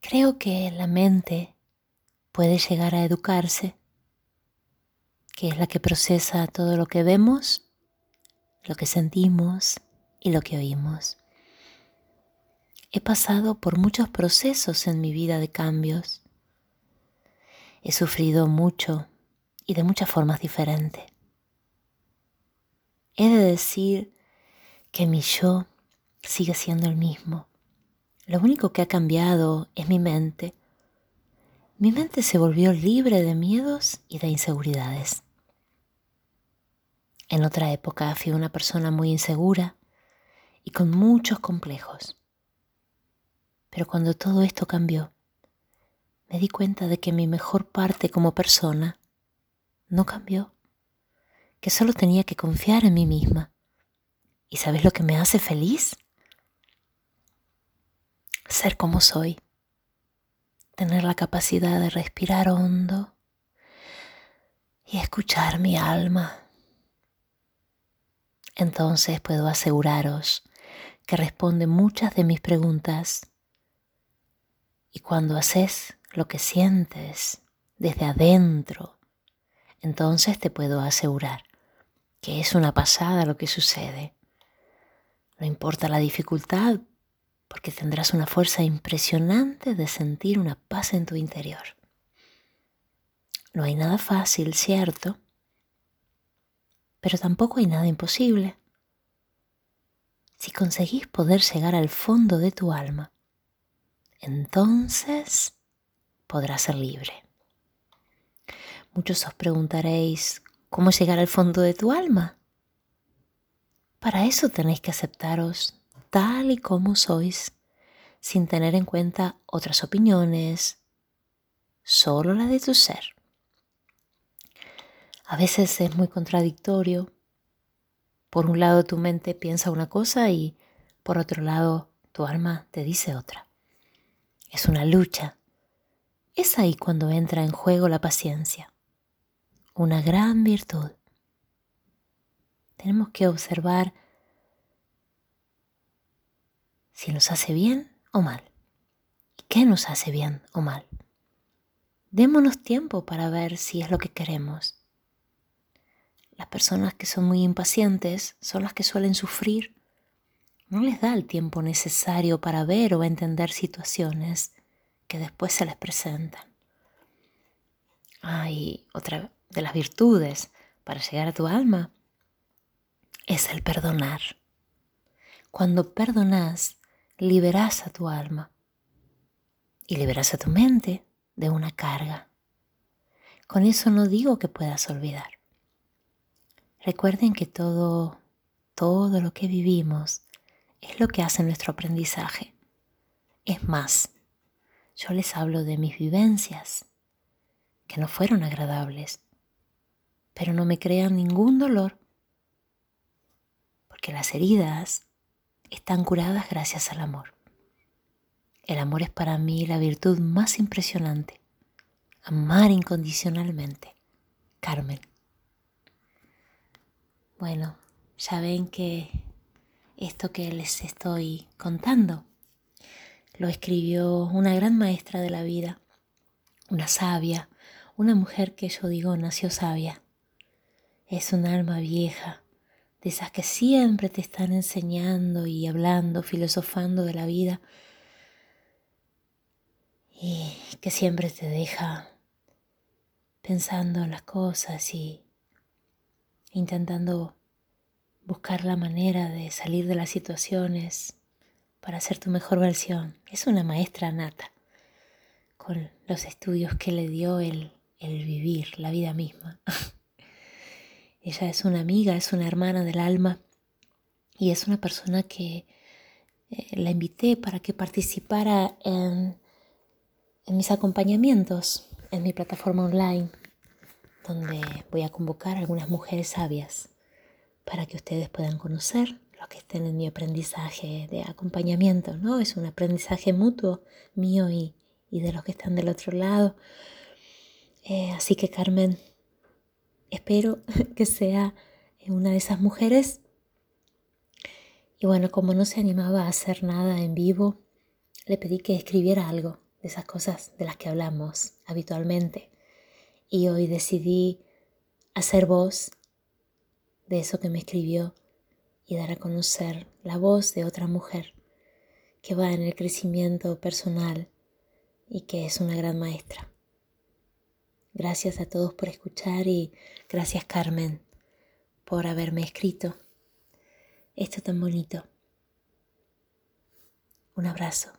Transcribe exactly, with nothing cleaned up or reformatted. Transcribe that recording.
Creo que la mente puede llegar a educarse, que es la que procesa todo lo que vemos, lo que sentimos y lo que oímos. He pasado por muchos procesos en mi vida de cambios. He sufrido mucho y de muchas formas diferentes. He de decir que mi yo sigue siendo el mismo. Lo único que ha cambiado es mi mente. Mi mente se volvió libre de miedos y de inseguridades. En otra época fui una persona muy insegura y con muchos complejos. Pero cuando todo esto cambió, me di cuenta de que mi mejor parte como persona no cambió, que solo tenía que confiar en mí misma. ¿Y sabes lo que me hace feliz? Ser como soy, tener la capacidad de respirar hondo y escuchar mi alma. Entonces puedo aseguraros que responde muchas de mis preguntas. Y cuando haces lo que sientes desde adentro, entonces te puedo asegurar que es una pasada lo que sucede. No importa la dificultad, porque tendrás una fuerza impresionante de sentir una paz en tu interior. No hay nada fácil, ¿cierto? Pero tampoco hay nada imposible. Si conseguís poder llegar al fondo de tu alma, entonces podrás ser libre. Muchos os preguntaréis, ¿cómo llegar al fondo de tu alma? Para eso tenéis que aceptaros tal y como sois, sin tener en cuenta otras opiniones, solo la de tu ser. A veces es muy contradictorio. Por un lado tu mente piensa una cosa y por otro lado tu alma te dice otra. Es una lucha. Es ahí cuando entra en juego la paciencia, una gran virtud. Tenemos que observar si nos hace bien o mal y qué nos hace bien o mal. Démonos tiempo para ver si es lo que queremos. Las personas que son muy impacientes son las que suelen sufrir. No les da el tiempo necesario para ver o entender situaciones que después se les presentan. Ah, y otra de las virtudes para llegar a tu alma es el perdonar. Cuando perdonas, liberas a tu alma y liberas a tu mente de una carga. Con eso no digo que puedas olvidar. Recuerden que todo, todo lo que vivimos es lo que hace nuestro aprendizaje. Es más, yo les hablo de mis vivencias, que no fueron agradables, pero no me crean ningún dolor, porque las heridas están curadas gracias al amor. El amor es para mí la virtud más impresionante. Amar incondicionalmente. Carmen. Bueno, ya ven que esto que les estoy contando lo escribió una gran maestra de la vida, una sabia, una mujer que yo digo nació sabia. Es un alma vieja, de esas que siempre te están enseñando y hablando, filosofando de la vida y que siempre te deja pensando en las cosas y intentando buscar la manera de salir de las situaciones para ser tu mejor versión. Es una maestra nata, con los estudios que le dio el, el vivir, la vida misma. Ella es una amiga, es una hermana del alma y es una persona que eh, la invité para que participara en, en mis acompañamientos en mi plataforma online, donde voy a convocar a algunas mujeres sabias para que ustedes puedan conocer los que estén en mi aprendizaje de acompañamiento, ¿no? Es un aprendizaje mutuo mío y, y de los que están del otro lado. Eh, así que Carmen, espero que sea una de esas mujeres. Y bueno, como no se animaba a hacer nada en vivo, le pedí que escribiera algo de esas cosas de las que hablamos habitualmente. Y hoy decidí hacer voz de eso que me escribió y dar a conocer la voz de otra mujer que va en el crecimiento personal y que es una gran maestra. Gracias a todos por escuchar y gracias, Carmen, por haberme escrito esto tan bonito. Un abrazo.